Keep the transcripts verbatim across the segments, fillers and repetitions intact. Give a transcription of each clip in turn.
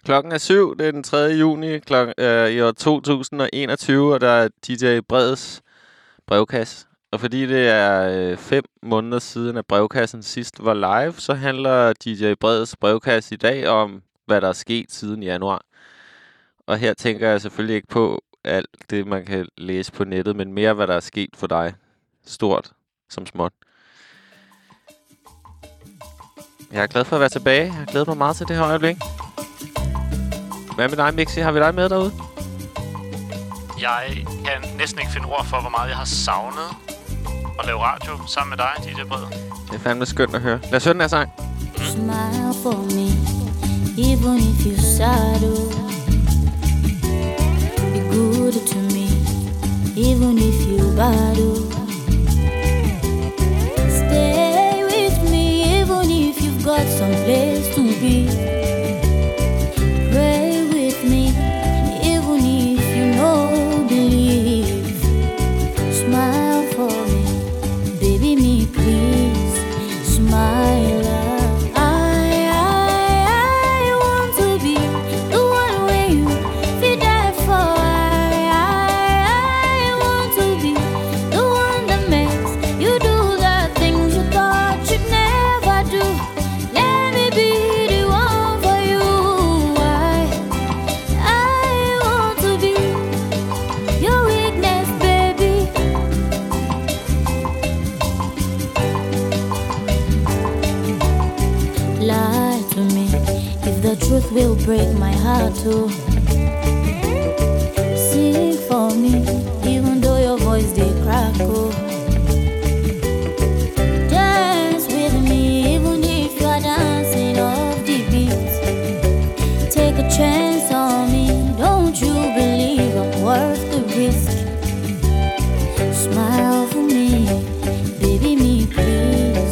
Klokken er syv, det er den tredje juni klokken, øh, i år to tusind og enogtyve, og der er D J Breds brevkasse. Og fordi det er øh, fem måneder siden, at brevkassen sidst var live, så handler D J Breds brevkasse i dag om, hvad der er sket siden januar. Og her tænker jeg selvfølgelig ikke på alt det, man kan læse på nettet, men mere, hvad der er sket for dig. Stort som småt. Jeg er glad for at være tilbage. Jeg har glædet mig meget til det her øjeblik. Hvad med dig, Mixi? Har vi dig med derude? Jeg kan næsten ikke finde ord for, hvor meget jeg har savnet at lave radio sammen med dig, D J Bred. Det er fandme skønt at høre. Lad os høre den her sang. Smile for me, even if you shadow. Be good to me, even if you battle. Stay with me, even if you've got some place to be. Pray with me, even if you know believe. Smile for me, baby me please. Smile. Truth will break my heart too. Sing for me, even though your voice they crack. Oh. Dance with me, even if you're dancing off the beat. Take a chance on me, don't you believe I'm worth the risk? Smile for me, baby me please.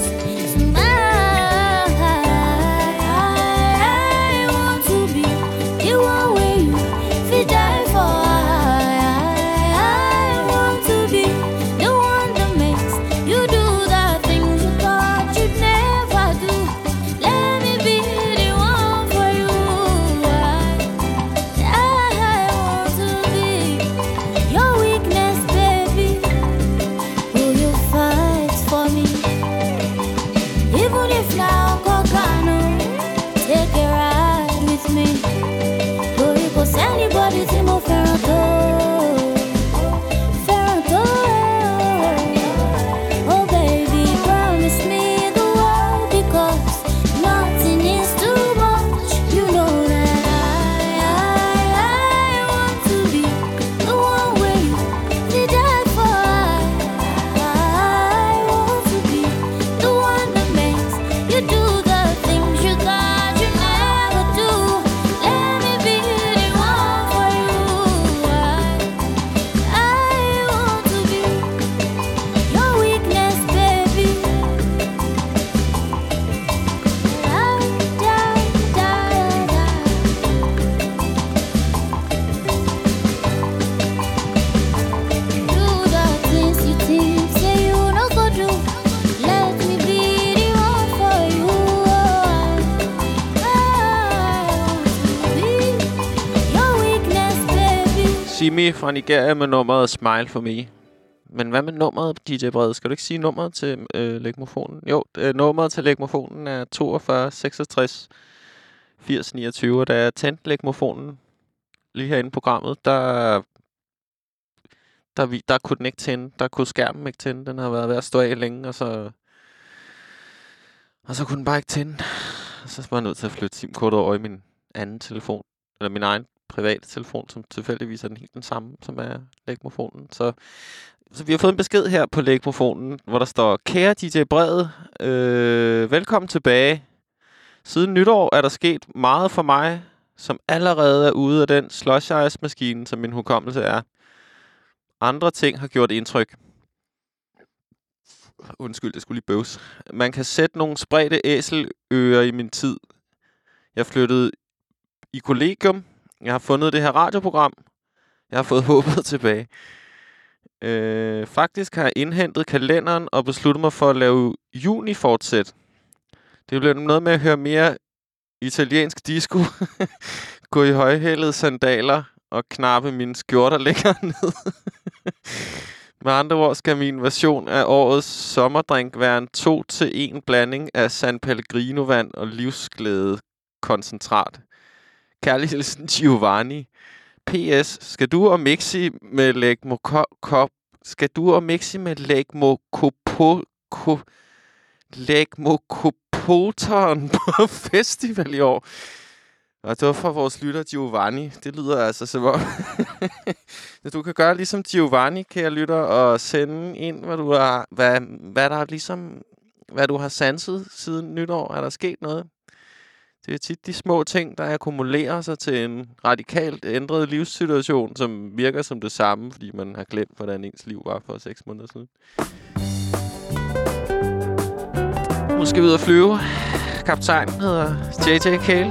Simi fra Nigeria med nummeret Smile for Me. Men hvad med nummeret, D J Brede? Skal du ikke sige nummeret til øh, Legmofonen? Jo, øh, nummeret til Legmofonen er toogfyrre seksogtres firs niogtyve. Og da jeg tændte Legmofonen lige herinde i programmet, der, der, vi, der kunne den ikke tænde. Der kunne skærmen ikke tænde. Den har været ved at stå af længe, og så, og så kunne den bare ikke tænde. Og så var jeg nødt til at flytte SIM-kortet over i min anden telefon. Eller min egen private telefon, som tilfældigvis er den helt den samme, som er Legmofonen. Så, så vi har fået en besked her på Legmofonen, hvor der står: Kære D J Brede, øh, velkommen tilbage. Siden nytår er der sket meget for mig, som allerede er ude af den slush ice maskine, som min hukommelse er. Andre ting har gjort indtryk. Undskyld, det skulle lige bøvs. Man kan sætte nogle spredte æselører i min tid. Jeg flyttede i kollegium. Jeg har fundet det her radioprogram. Jeg har fået håbet tilbage. Øh, faktisk har jeg indhentet kalenderen og besluttet mig for at lave juni-fortsæt. Det bliver noget med at høre mere italiensk disco, gå i højhælede sandaler og knappe mine skjorter længere ned. Med andre ord skal min version af årets sommerdrink være en to til en blanding af San Pellegrino-vand og livsglæde koncentrat. Kærlig hilsen Giovanni. P S. Skal du og Mixi med Legmo Kop skal du og Mixi med Legmo Kopo Ko Legmo Kopoteren på festival i år? Og det var fra vores lytter Giovanni. Det lyder altså som om... Du kan gøre ligesom Giovanni, kære lytter, og sende ind, hvad du har, hvad, hvad der er ligesom, hvad du har sanset siden nytår. Er der sket noget? Det er tit de små ting, der akkumulerer sig til en radikalt ændret livssituation, som virker som det samme, fordi man har glemt, hvordan ens liv var for seks måneder siden. Nu skal vi ud og flyve. Kaptajnen hedder J J Cale.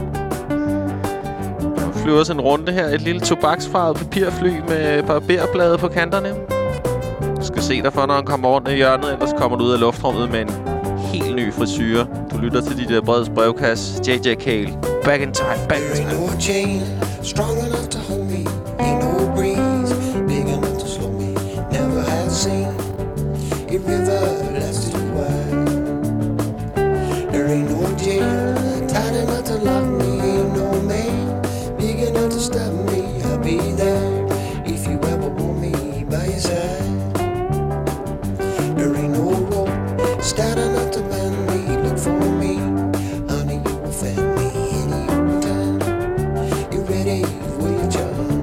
Vi flyver sådan en runde her. Et lille tobaksfarvet papirfly med barberblade på kanterne. Du skal se dig for, når han kommer rundt i hjørnet, ellers kommer du ud af luftrummet med en helt ny frisyre. Du lytter til de der Breds brevkasse. J J Cale. Back in time, back in time. No chain strong enough to hold me. Ain't no breeze big enough to slow me. Never have seen a river lasted a while. There ain't no jail tight enough to lock me. Ain't no man big enough to stop me. I'll be there if you ever want me by your side. There ain't no rope stout enough to bend me. Look for me, honey, you will find me any old time. You ready for your job?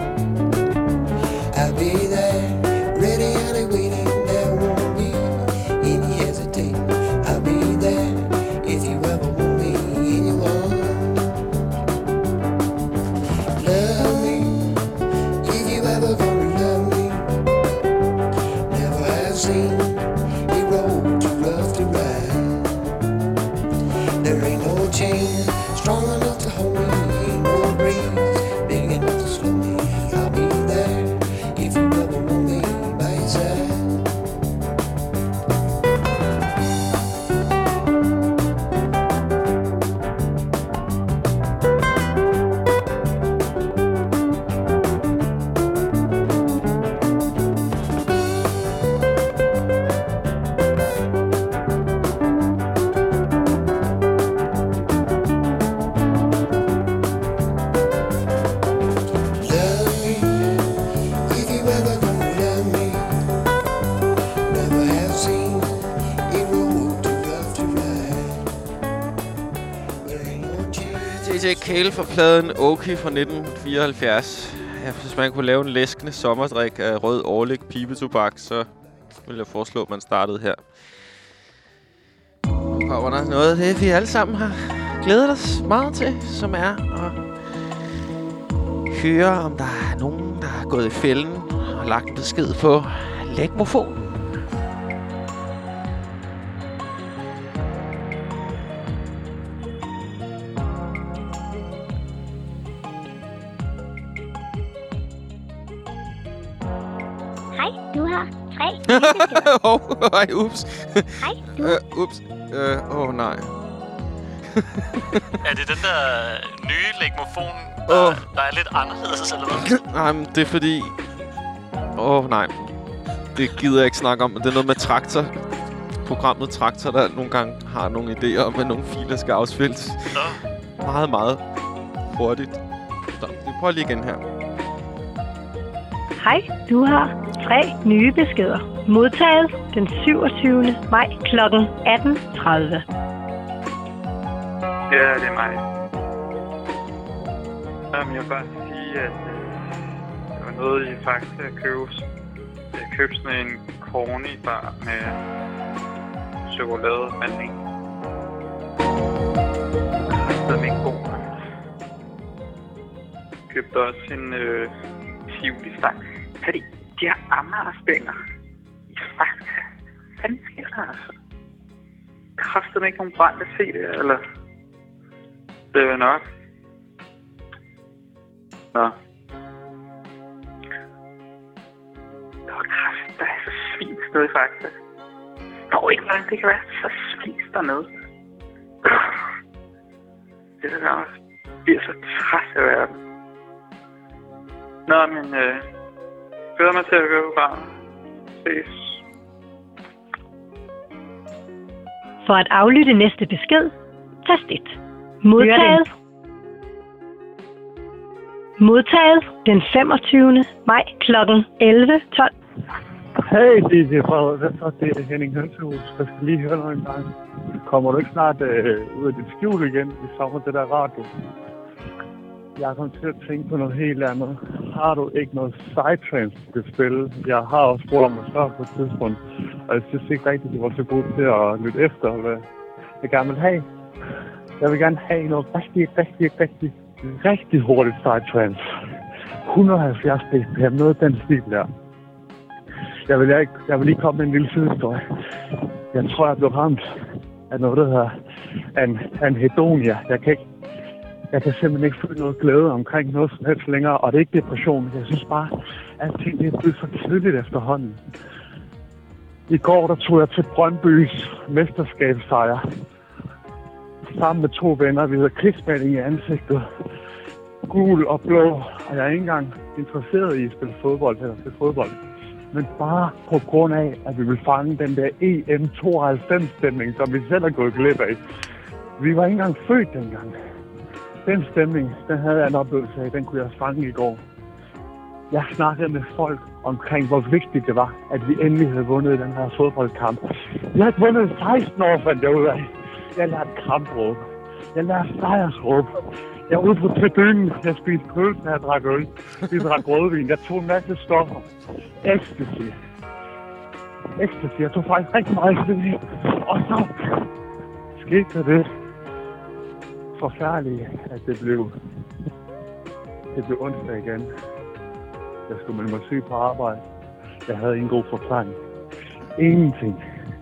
I'll be there, ready and waiting. There won't be any hesitation. I'll be there if you ever want me in your arms. Love me if you ever gonna love me. Never have seen a road too rough to ride. There ain't no chain strong enough to hold me. Ain't no breeze big enough to slow me. I'll be there if you ever want me by your side. Love me if you ever gonna love me. Never have seen a road too rough to ride. There ain't no chain. J J Cale fra pladen Oki fra nitten fireoghalvfjerds. Ja, hvis man kunne lave en læskende sommerdrik af rød årlig pibetobak, så ville jeg foreslå, at man startede her. Nu kommer der noget af det, vi alle sammen har glædet os meget til, som er at høre, om der er nogen, der er gået i fælden og lagt en besked på Legmofon. Hej, du har tre nyhedsbeskeder. Åh, oh, ej, ups. Hej, du Øh, ups. Øh, Åh, oh, nej. Er det den der nye Legmofon, der, Åh. der er lidt anderledes, eller hvad? Nej, men det er fordi... Åh, oh, nej. Det gider jeg ikke snakke om. Det er noget med Traktor. Programmet Traktor, der nogle gange har nogle idéer om, at nogle filer skal afspilles. Nå. Meget, meget hurtigt. Så, vi prøver lige igen her. Hej, du har tre nye beskeder. Modtaget den syvogtyvende maj kl. atten tredive. Ja, det er mig. Um, jeg vil bare sige, at øh, det var noget i Fakta at købe. Jeg købte sådan en corny bar med chokolademanding. Det er min god. Jeg købte også en øh, tivoli-stang. Fordi de har Amager-stænger i Fakta. Hvad fanden sker der altså? Koster det ikke nogen brand at se det, eller? Det er nok. Nå. Åh, kraft, der er så svins nede i Fakta. Der er ikke, hvordan det kan være så svins dernede. Jeg bliver så træt af verden. Nå, men øh, glæder mig til at høre bare. Ses. For at aflytte næste besked, tast et. Modtaget. Modtaget den femogtyvende maj klokken elleve tolv. Hey, D J Frederik, det er Henning Hønsehus. Jeg skal lige høre noget en gang. Kommer du ikke snart øh, ud af dit skjul igen? Vi savner det der radio. Jeg er kommet til at tænke på noget helt andet. Har du ikke noget psytrance, du kan spille? Jeg har også spurgt om at spørge på et tidspunkt, og jeg synes ikke rigtigt, at du var så god til at lytte efter, hvad jeg gerne vil have. Jeg vil gerne have noget rigtig, rigtig, rigtig, rigtig hurtigt psytrance. et hundrede og halvfjerds B P M, noget af den stil der. Jeg vil, jeg, jeg vil lige komme med en lille sidehistorie. Jeg tror, jeg blev ramt af noget, der hedder an, anhedonia. Jeg kan, ikke, jeg kan simpelthen ikke føle noget glæde omkring noget som helst længere, og det er ikke depression. Jeg synes bare, at ting er blevet for tidligt efterhånden. I går der tog jeg til Brøndbys mesterskabssejr sammen med to venner. Vi havde krigsmaling i ansigtet. Gul og blå, og jeg er ikke engang interesseret i at spille fodbold eller til fodbold. Men bare på grund af, at vi vil fange den der E M tooghalvfems-stemning, som vi selv har gået glip af. Vi var ikke engang født dengang. Den stemning, den havde jeg en oplevelse af, den kunne jeg fange i går. Jeg snakkede med folk omkring, hvor vigtigt det var, at vi endelig havde vundet den her fodboldkamp. Jeg havde vundet seksten år, fandt jeg ud af. Jeg lærte kampråb. Jeg lærte sejrsråb. Jeg var ude på tribunen. Jeg spiste pølse, jeg drak øl. Vi drak rødvin. Jeg tog en masse stoffer. Ecstasy. Ecstasy. Jeg tog faktisk rigtig meget ecstasy. Og så skete der det forfærdelige, at det blev, det blev onsdag igen. Jeg skulle melde mig syg på arbejde. Jeg havde ingen god forklaring. Ingenting.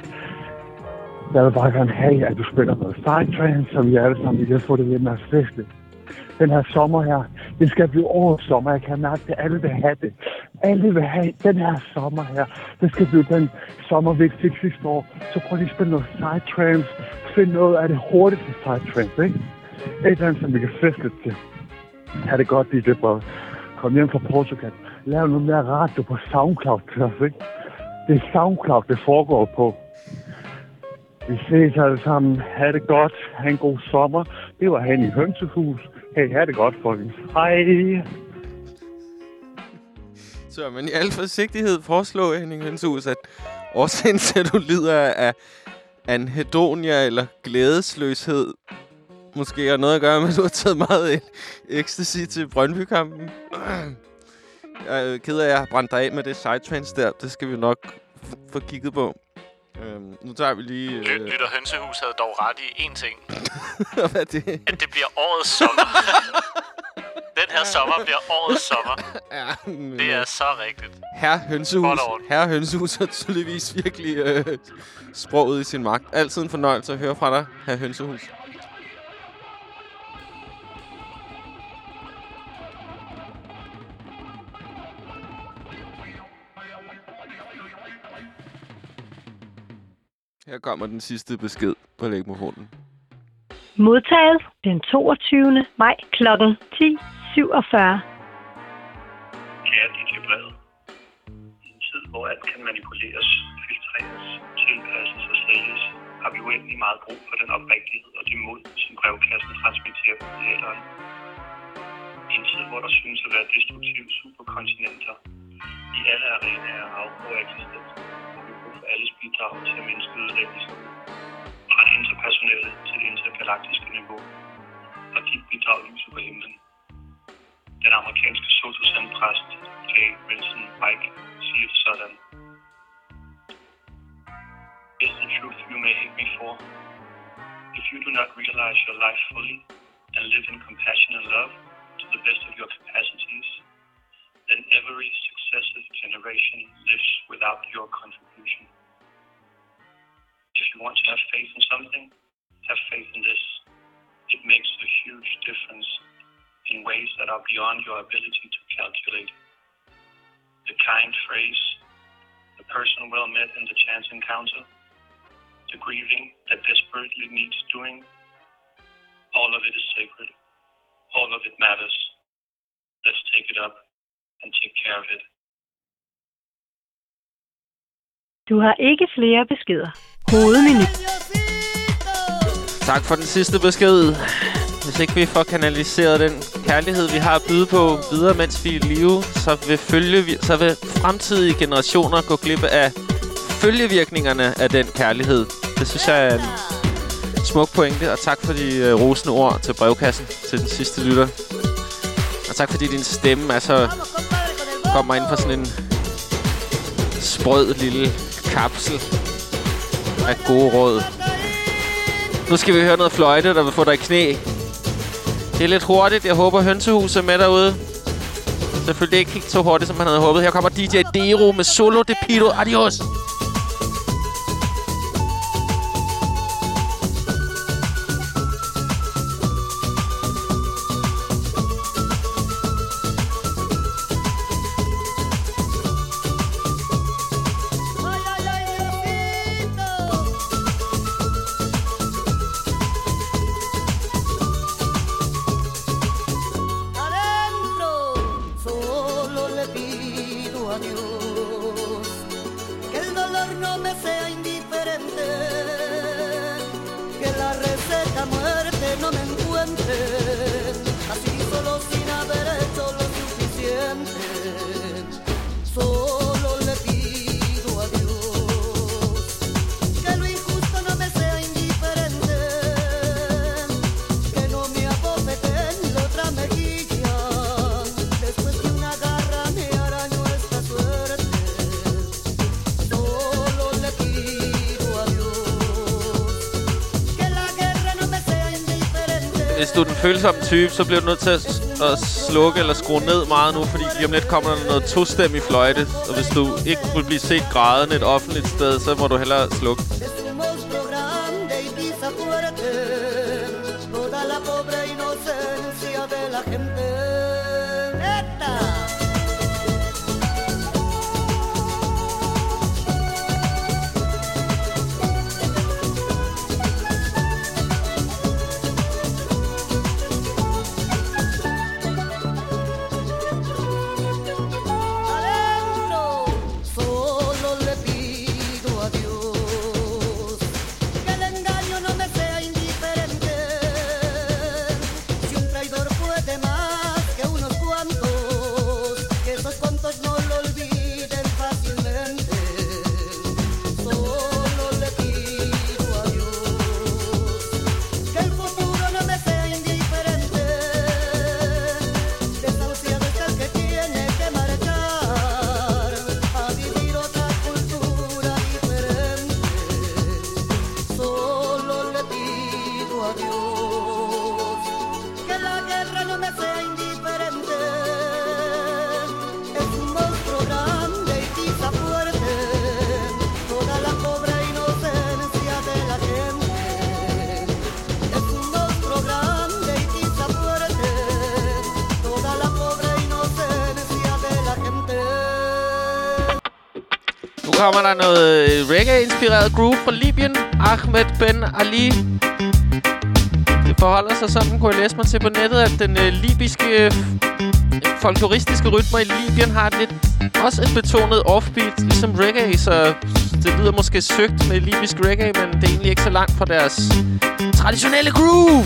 Jeg vil bare gerne have, at du spiller noget psytrance, så vi alle sammen kan få det lidt mere festligt. Den her sommer her, det skal blive årets sommer. Jeg kan mærke, at alle vil have det. Alle vil have den her sommer her. Det skal blive den sommer, vi ikke fik sidste år. Så prøv lige at spille noget psytrance. Find noget af det hurtigste psytrance, ikke? Et eller andet, som vi kan feste til. Ha' det godt, D J Brød. Kom hjem fra Portugal. Lav noget mere radio på SoundCloud til os, ikke? Det er SoundCloud, det foregår på. Vi ses alle sammen. Ha' det godt. Ha' en god sommer. Det var Henning Hønsehus. Hey, ha' det godt, folkens. Hej. Så men i al forsigtighed foreslår Henning Hønsehus, at årsagen til, at du lider af anhedonia eller glædesløshed, måske har noget at gøre med, at du har taget meget ecstasy til Brøndby-kampen. Jeg er ked af, at jeg har brændt dig af med det sidetrance der. Det skal vi nok få kigget på. Øhm, nu tager vi lige... Øh... Lyt, Lytter Hønsehus havde dog ret i én ting. Hvad er det? At det bliver årets sommer. Den her sommer bliver årets sommer. Ja, men, det er så rigtigt. Herre Hønsehus, Herre Hønsehus har tydeligvis virkelig øh, sproget i sin magt. Altid en fornøjelse at høre fra dig, Herre Hønsehus. Her kommer den sidste besked på lægmofonen. Modtaget den toogtyvende maj klokken ti syvogfyrre. Kære D J Brede. I en tid, hvor alt kan manipuleres, filtreres, tilpasses og sælges, har vi uendelig meget brug for den oprigtighed og det mod, som brevkassen transmitterer på letteren. I en tid, hvor der synes at være destruktive superkontinenter i alle arenaer af afgrå eksistens, for alles bidrag til at mindske ødelæggelsen, fra det interpersonelle til det intergalaktiske niveau, og dit bidrag lyser på himlen. Den amerikanske Sotosan-præst J. Wilson Pike siger det sådan. Is the truth you may hate me for? If you do not realize your life fully and live in compassion and love to the best of your capacities, then every successive generation lives without your contribution. If you want to have faith in something, have faith in this. It makes a huge difference in ways that are beyond your ability to calculate. The kind phrase, the person well met in the chance encounter, the grieving that desperately needs doing, All of it is sacred. All of it matters. Let's take it up and take care of it. Du har ikke flere beskeder. Hovedmenu. Tak for den sidste besked. Hvis ikke vi får kanaliseret den kærlighed, vi har at byde på videre, mens vi er i live, så vil, følge, så vil fremtidige generationer gå glip af følgevirkningerne af den kærlighed. Det synes jeg er en smuk pointe, og tak for de uh, rosende ord til brevkassen til den sidste lytter. Og tak fordi din stemme er så kommer ind på sådan en sprød lille kapsel af gode råd. Nu skal vi høre noget fløjte, der vil få dig i knæ. Det er lidt hurtigt. Jeg håber, Hønsehuset er med derude. Selvfølgelig ikke helt så hurtigt, som man havde håbet. Her kommer D J Dero med Solo de Pido. Adios! Hvis du er den følsomme type, så bliver du nødt til at, at slukke eller skrue ned meget nu, fordi lige om lidt kommer der noget tostemmig fløjte. Og hvis du ikke vil blive set grædende et offentligt sted, så må du hellere slukke. Kommer der noget reggae-inspireret groove fra Libyen. Ahmed Ben Ali. Det forholder sig sådan, kunne jeg læse mig til på nettet, at den øh, libyske, øh, folkloristiske rytmer i Libyen har lidt, også et betonet offbeat, ligesom reggae, så det lyder måske søgt med libysk reggae, men det er egentlig ikke så langt fra deres traditionelle groove.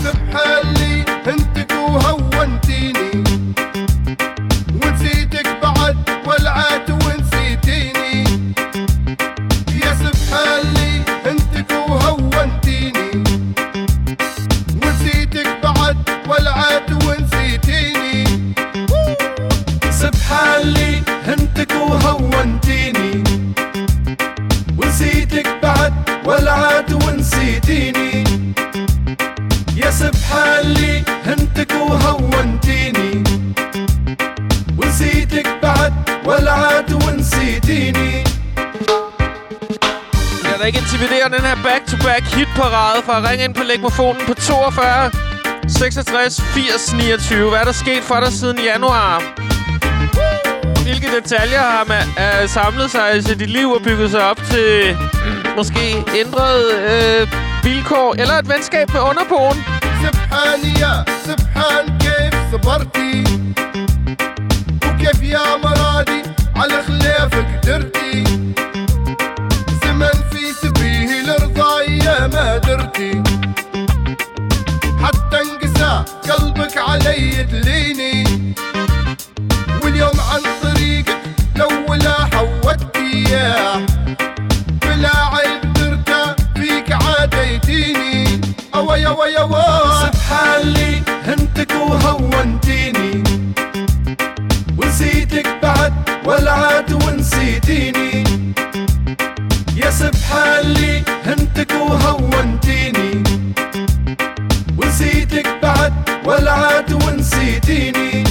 Den her back-to-back hitparade fra at ringe ind på Lægmofonen på toogfyrre seksogtres firs niogtyve. Hvad er der sket for dig siden januar? Hvilke detaljer har man uh, samlet sig til dit liv og bygget sig op til måske ændrede uh, vilkår eller et venskab med underboen? سبحان يا سبحان كيف صبرتي وكيف يا مرادي على خلاف قدرتي زمن في سبيل رضاي يا ما درتي حتى انقسى قلبك علي تليني واليوم عن طريقك لو ولا حودتي يا بلا عيب درتا فيك عاديتيني اوي اوي اوي سبحان لي هنتك وهونتيني ونسيتك بعد والعاد ونسيتيني يا سبحان لي هنتك وهونتيني ونسيتك بعد والعاد ونسيتيني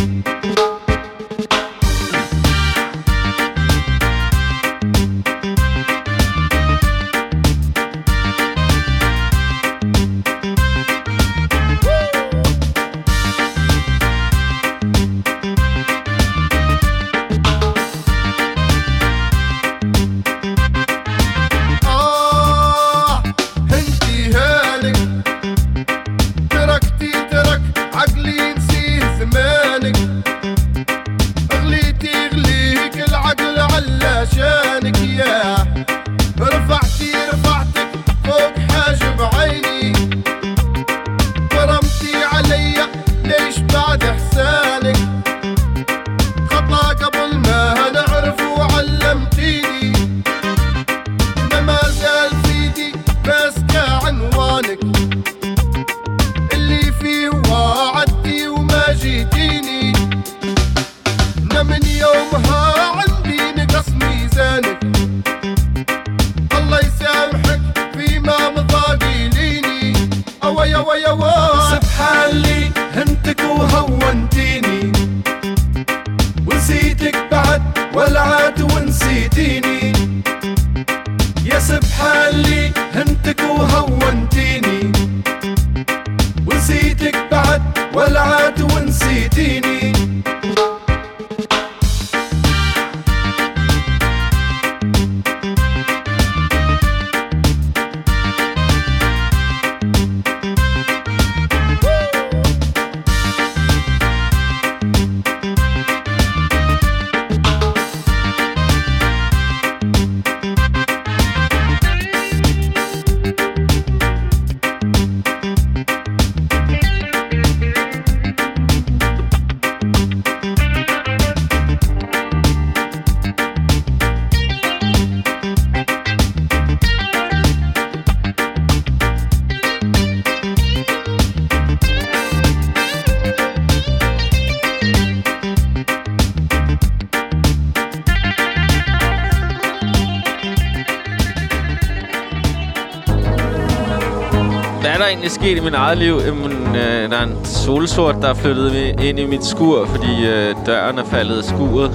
Sket i mit eget liv. Jamen, øh, der er en solsort, der er flyttet ind i mit skur, fordi øh, døren er faldet af skuret.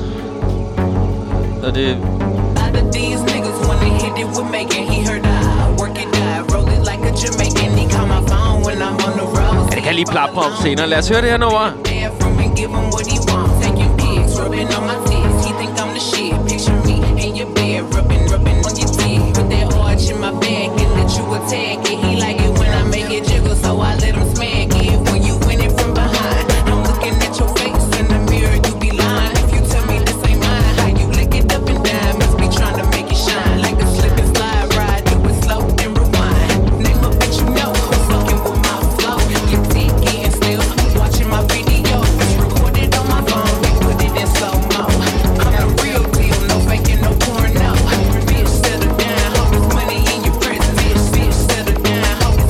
Så det... Ja, det kan lige plapre om senere. Lad os høre det her nummer. So I let him smack it when you win it from behind. I'm looking at your face in the mirror, you be lying. If you tell me this ain't mine, how you lick it up and down? Must be trying to make it shine like a slip and slide ride. Do it slow and rewind. Name a bitch you know who's fucking with my flow. Your dick getting still, watching my video. It's recorded on my phone, we put it in slow mo. I'm the real deal, no faking, no porno. Bitch, settle down, hope there's money in your presence. Bitch, bitch, settle down, hope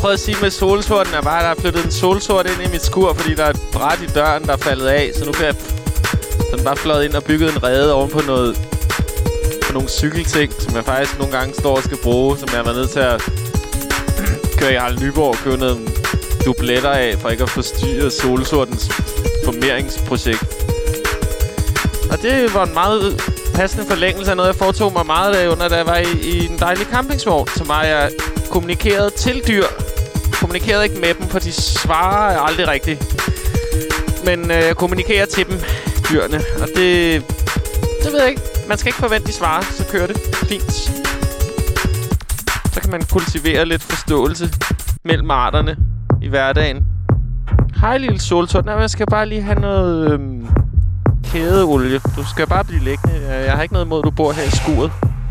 prøvede at sige med solsorten er bare, at der er flyttet en solsort ind i mit skur, fordi der er et bræt i døren, der er faldet af. Så nu kan jeg... Så den bare fløjet ind og bygget en rede oven på noget... På nogle cykelting, som jeg faktisk nogle gange står og skal bruge, som jeg har været nødt til at køre i Harald Nyborg og købe nogle dubletter af, for ikke at forstyrre solsortens formeringsprojekt. Og det var en meget passende forlængelse af noget, jeg foretog mig meget af under, da jeg var i, i en dejlig campingsvogn, som var jeg kommunikeret til dyr. Kommunikerede ikke med dem, for de svarer aldrig rigtigt. Men øh, jeg kommunikerer til dem, dyrene. Og det... Det ved jeg ikke. Man skal ikke forvente, de svarer, så kører det fint. Så kan man kultivere lidt forståelse mellem arterne i hverdagen. Hej, lille solsort. Nej, jeg skal bare lige have noget øhm, kædeolie. Du skal bare blive liggende. Jeg har ikke noget imod, at du bor her i skuret.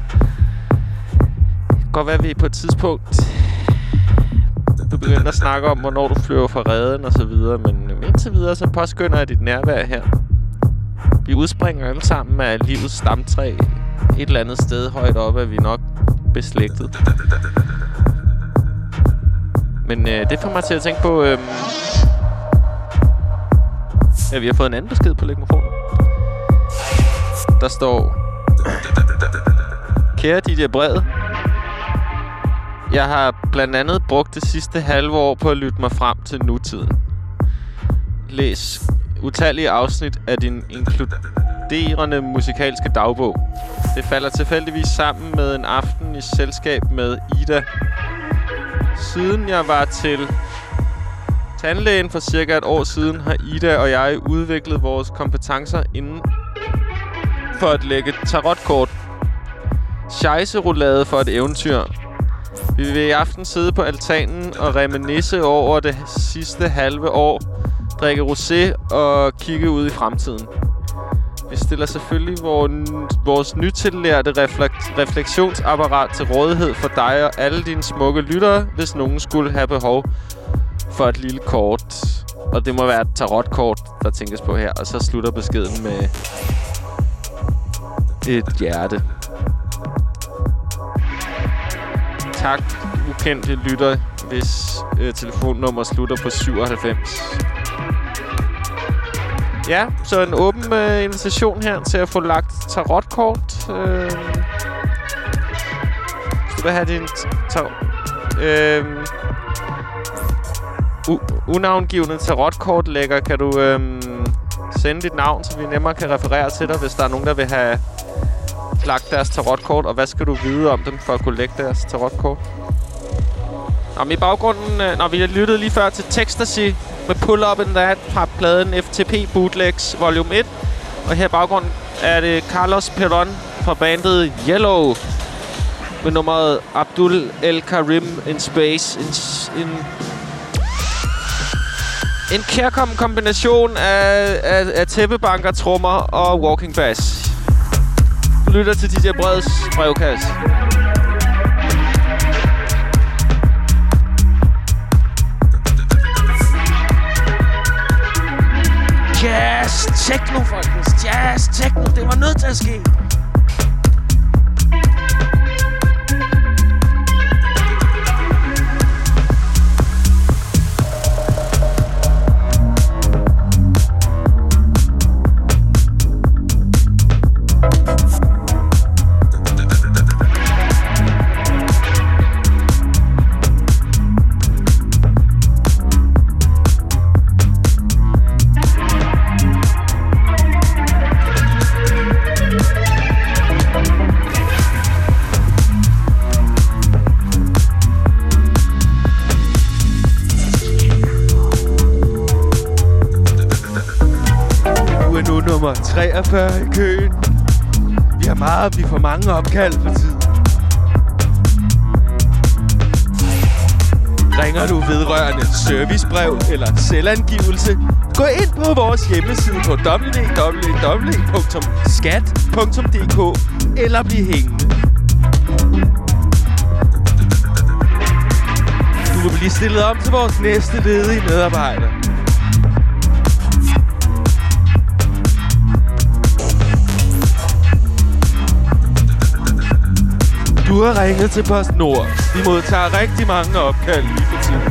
Det kan godt være, at vi på et tidspunkt... Du begynder at snakke om, hvornår du flyver fra reden og så videre. Men indtil videre, så påskynder jeg dit nærvær her. Vi udspringer alle sammen af livets stamtræ. Et eller andet sted højt oppe er vi nok beslægtet. Men øh, det får mig til at tænke på... Øh, ja, vi har fået en anden besked på legmofonen. Der står... Kære D J Brede. Jeg har blandt andet brugt det sidste halve år på at lytte mig frem til nutiden. Læs utallige afsnit af din inkluderende musikalske dagbog. Det falder tilfældigvis sammen med en aften i selskab med Ida. Siden jeg var til tandlægen for cirka et år siden, har Ida og jeg udviklet vores kompetencer inden for at lægge tarotkort. Scheisse-roulade for et eventyr. Vi vil i aften sidde på altanen og reminisce over det sidste halve år, drikke rosé og kigge ud i fremtiden. Vi stiller selvfølgelig vores nytillærte reflek- refleksionsapparat til rådighed for dig og alle dine smukke lyttere, hvis nogen skulle have behov for et lille kort. Og det må være et tarotkort, der tænkes på her. Og så slutter beskeden med et hjerte. Tak, ukendte lytter, hvis øh, telefonnummer slutter på syvoghalvfems. Ja, så en åben øh, invitation her til at få lagt tarotkort. Øh, skal du have din tarot... Øh, unavngivende tarotkort lægger, kan du øh, sende dit navn, så vi nemmere kan referere til dig, hvis der er nogen, der vil have lagt deres tarotkort. Og hvad skal du vide om dem for at kunne lægge deres tarotkort? Nå, i baggrunden... Øh, når vi har lyttet lige før til Textasy med Pull Up and That fra pladen F T P Bootlegs Volume et. Og her i baggrunden er det Carlos Peron fra bandet Yellow med nummeret Abdul El Karim in Space. En, en, en kærkommen kombination af, af, af tæppebanker, trommer og walking bass. Du lytter til D J Breds brevkasse. Jazz techno, folkens. Jazz techno. Det var nødt til at ske. treogfyrre i køen. Vi har meget, vi får mange opkald for tid. Ringer du vedrørende servicebrev eller selvangivelse? Gå ind på vores hjemmeside på w w w punktum skat punktum d k eller bliv hængende. Du vil blive stillet om til vores næste ledige medarbejder. Du har ringet til PostNord. De modtager rigtig mange opkald lige for tiden.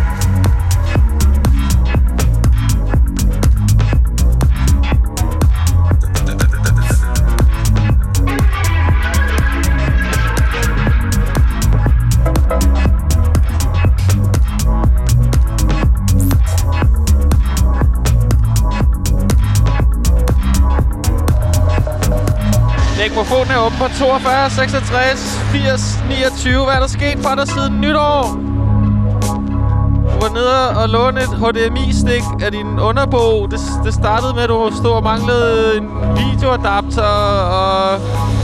Mikrofonen er åben på toogfyrre, seksogtres, firs, niogtyve. Hvad er der sket for dig siden nytår? Du var nede og låne et H D M I-stik af din underbog. Det, det startede med, at du stod og manglede en videoadapter, og,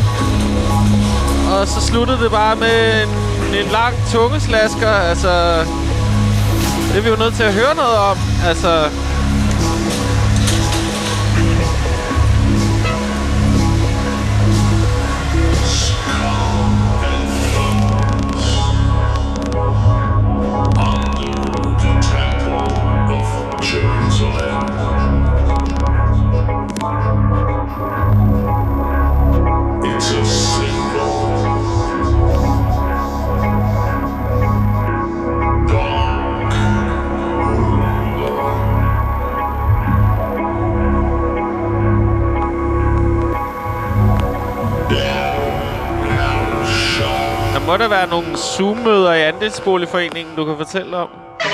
og så sluttede det bare med en, en lang tungeslasker. Altså, det er vi jo nødt til at høre noget om. Altså... Må der være nogle Zoom-møder i Andelsboligforeningen, du kan fortælle om?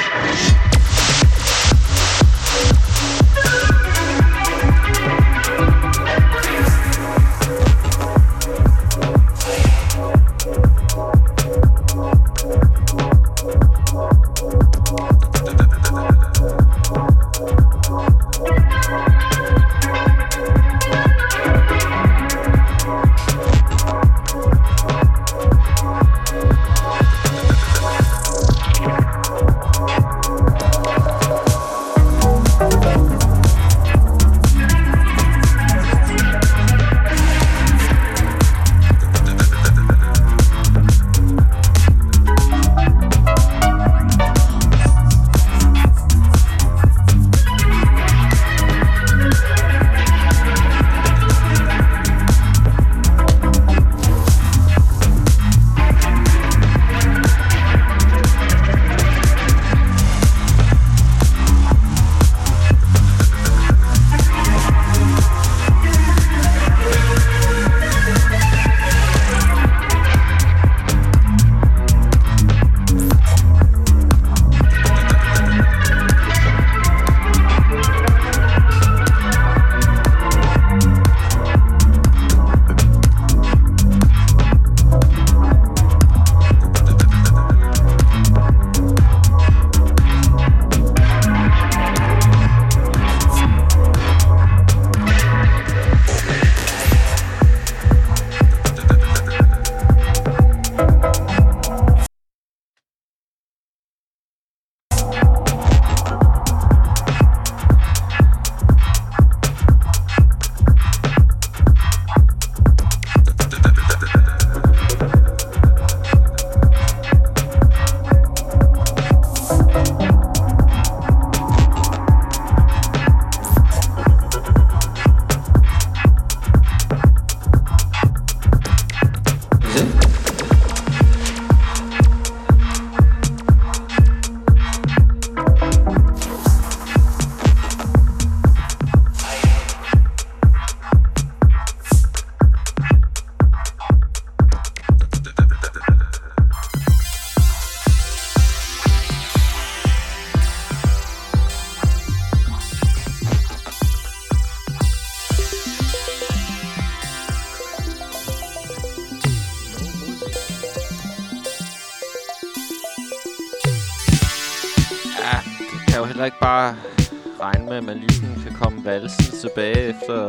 Ikke bare regne med, at man lige kan komme valsen tilbage efter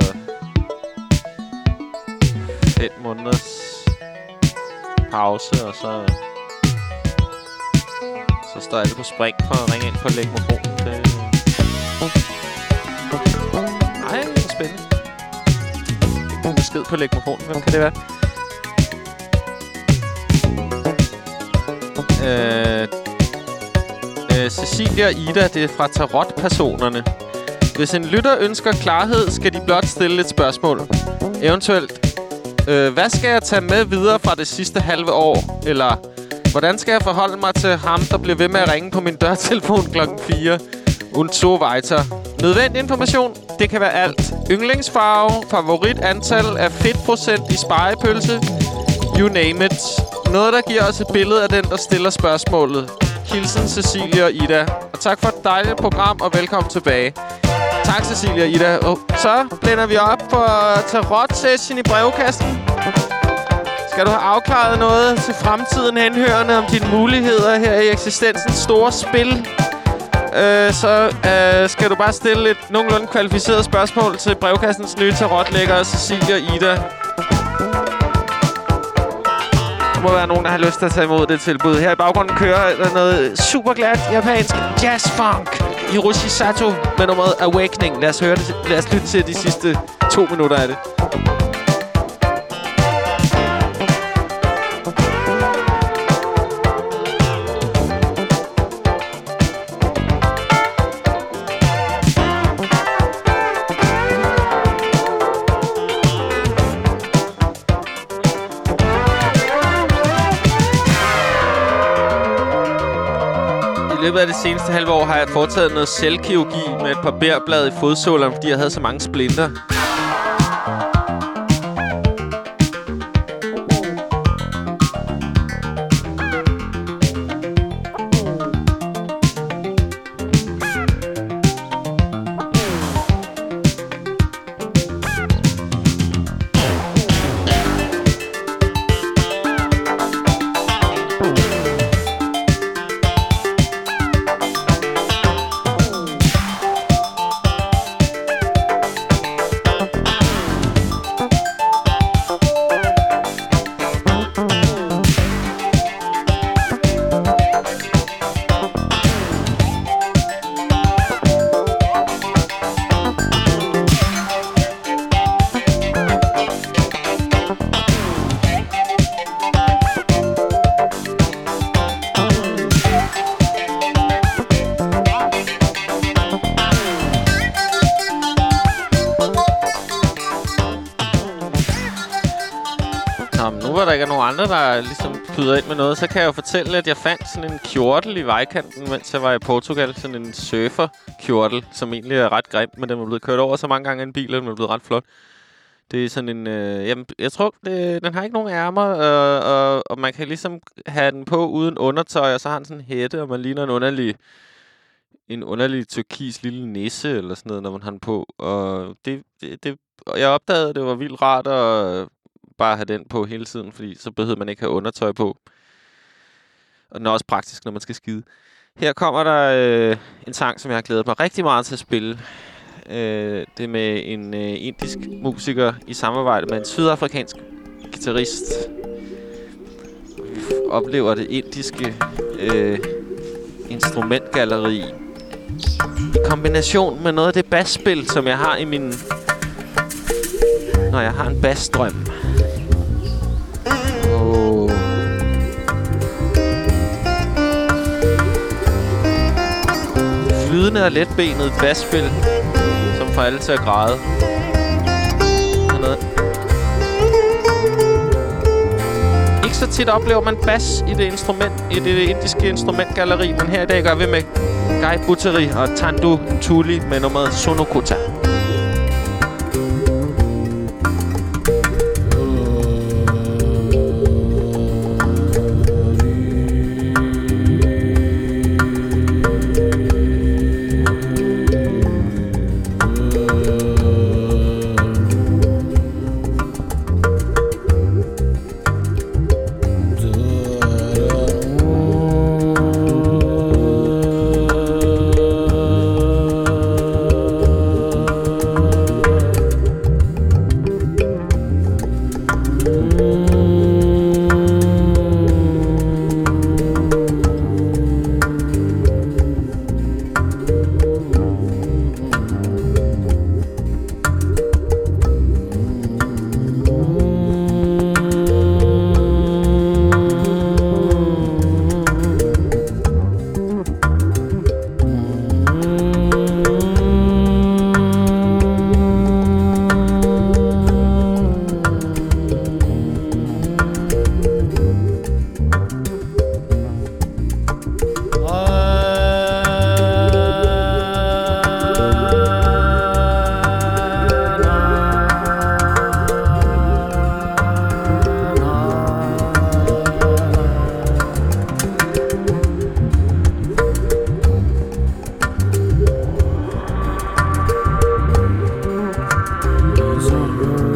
fem måneders pause, og så så står alle på spring for at ringe ind for at lægge mikrofonen. Det... Ej, det er spændende. Det er en besked på at lægge mikrofonen. Hvem kan det være? Øh... Cecilia og Ida, det er fra Tarot-personerne. Hvis en lytter ønsker klarhed, skal de blot stille et spørgsmål. Eventuelt Øh, hvad skal jeg tage med videre fra det sidste halve år? Eller hvordan skal jeg forholde mig til ham, der bliver ved med at ringe på min dørtelefon klokken fire? Und so weiter. Nødvendig information, det kan være alt. Yndlingsfarve, favorit antal af fedtprocent i spegepølse. You name it. Noget, der giver os et billede af den, der stiller spørgsmålet. Hilsen Cecilie og Ida. Og tak for et dejligt program, og velkommen tilbage. Tak, Cecilie og Ida. Og så blænder vi op for tarot-session i brevkassen. Skal du have afklaret noget til fremtiden henhørende om dine muligheder her i eksistensens store spil? Øh, så øh, skal du bare stille et nogenlunde kvalificeret spørgsmål til brevkassens nye tarotlægger, Cecilie og Ida. Der må være nogen, der har lyst til at tage imod det tilbud. Her i baggrunden kører der noget super glat japansk jazz-funk. Hiroshi Sato med nummeret Awakening. Lad os høre det. Lad os lytte til de sidste to minutter af det. I løbet af det seneste halve år har jeg foretaget noget selvkirurgi med et par bærblad i fodsålerne, fordi jeg havde så mange splinter. Andre, der ligesom byder ind med noget, så kan jeg jo fortælle, at jeg fandt sådan en kjortel i vejkanten, mens jeg var i Portugal. Sådan en surfer-kjortel, som egentlig er ret grim, men den er blevet kørt over så mange gange af en bil, og den er blevet ret flot. Det er sådan en... Øh, jamen, jeg tror, det, den har ikke nogen ærmer, øh, og, og man kan ligesom have den på uden undertøj, og så har den sådan en hætte, og man ligner en underlig... en underlig turkis lille nisse, eller sådan noget, når man har den på. Og det... det, det og jeg opdagede, at det var vildt rart at bare have den på hele tiden, fordi så behøver man ikke have undertøj på. Og den er også praktisk, når man skal skide. Her kommer der øh, en sang, som jeg har glædet mig rigtig meget til at spille. Øh, det er med en øh, indisk musiker i samarbejde med en sydafrikansk guitarist. Vi oplever det indiske øh, instrumentgalleri i kombination med noget af det basspil, som jeg har i min... når jeg har en bassdrøm. Oh. Flydende og letbenet basspil, som får alle til at græde. Noget. Ikke så tit oplever man bas i det instrument, i det indiske instrumentgalleri, men her i dag gør vi med Guy Butteri og Thandu Ntuli med nummeret Sonokota.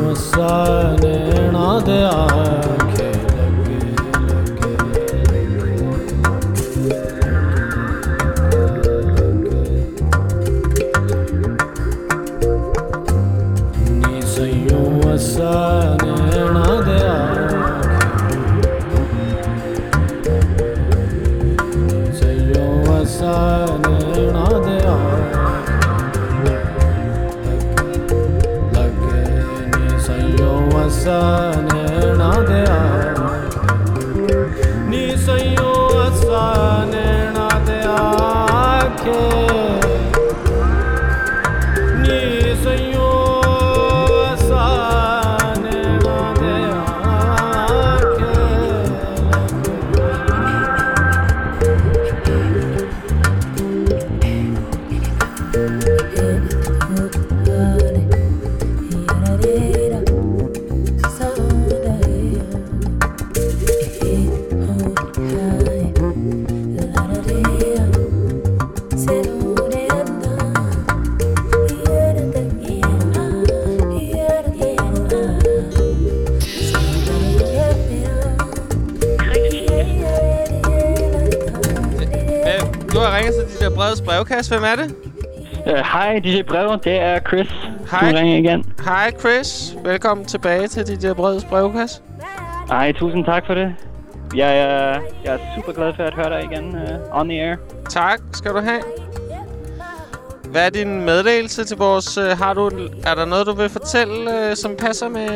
Brevkasse, hvem er det? Hej, uh, D J Brev. Det er Chris. Hej. Du ringer igen. Hej, Chris. Velkommen tilbage til D J Brevs brevkasse. Hej, tusind tak for det. Jeg er, jeg er super glad for at høre dig igen uh, on the air. Tak, skal du have. Hvad er din meddelelse til vores... Uh, har du, er der noget, du vil fortælle, uh, som passer med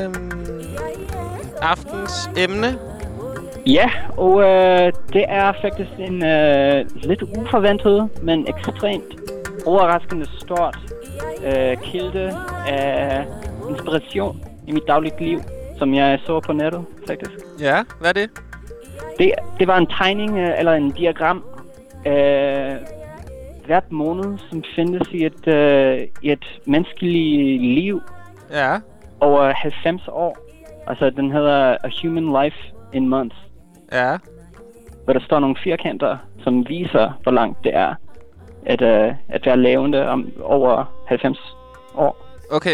uh, aftens emne? Ja, og øh, det er faktisk en øh, lidt uforventet, men ekstremt overraskende stort øh, kilde af inspiration i mit dagligt liv, som jeg så på nettet, faktisk. Ja, hvad er det? Det, det var en tegning, øh, eller en diagram, øh, hvert måned, som findes i et, øh, i et menneskeligt liv. Ja. Over halvfems år. Altså, den hedder A Human Life in Months. Ja. Hvor der står nogle firkanter, som viser, hvor langt det er at, uh, at være levende om over halvfems år. Okay.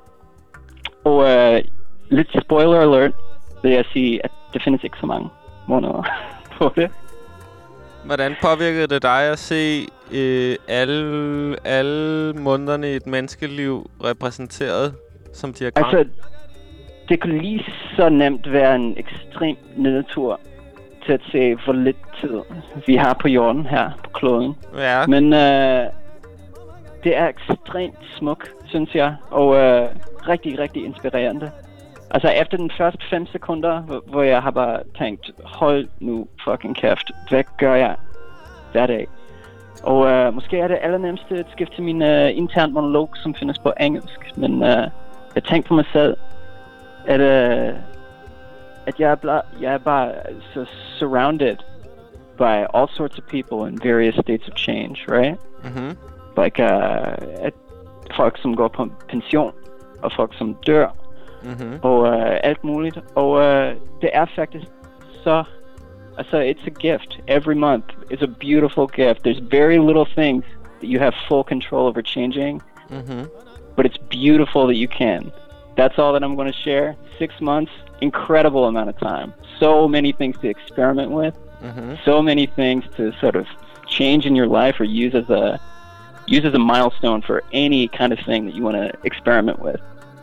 Og uh, lidt spoiler alert, vil jeg sige, at det findes ikke så mange måneder på det. Hvordan påvirkede det dig at se øh, alle, alle månederne i et menneskeliv repræsenteret som diagram? Altså, det kunne lige så nemt være en ekstrem nedtur til at se, hvor lidt tid vi har på jorden her på kloden. Ja. Men øh, det er ekstremt smuk, synes jeg, og øh, rigtig, rigtig inspirerende. Altså efter den første fem sekunder, hvor, hvor jeg har bare tænkt, hold nu fucking kæft, hvad gør jeg hver dag? Og øh, måske er det allernemmeste at skifte til min øh, intern monolog, som findes på engelsk, men øh, jeg tænkte på mig selv, at, øh, at jeg, er bla- jeg er bare så surrounded by all sorts of people in various states of change, right? Mm-hmm. Like, uh, at folk, som går på pension, og folk, som dør, mm-hmm. og uh, alt muligt. Og uh, det er faktisk så... Altså, it's a gift. Every month is a beautiful gift. There's very little things that you have full control over changing, mm-hmm. but it's beautiful that you can. That's all that I'm going to share. Six months, incredible amount of time. So many things to experiment with. Mm-hmm. So many things to sort of change in your life or use as a use as a milestone for any kind of thing that you want to experiment with.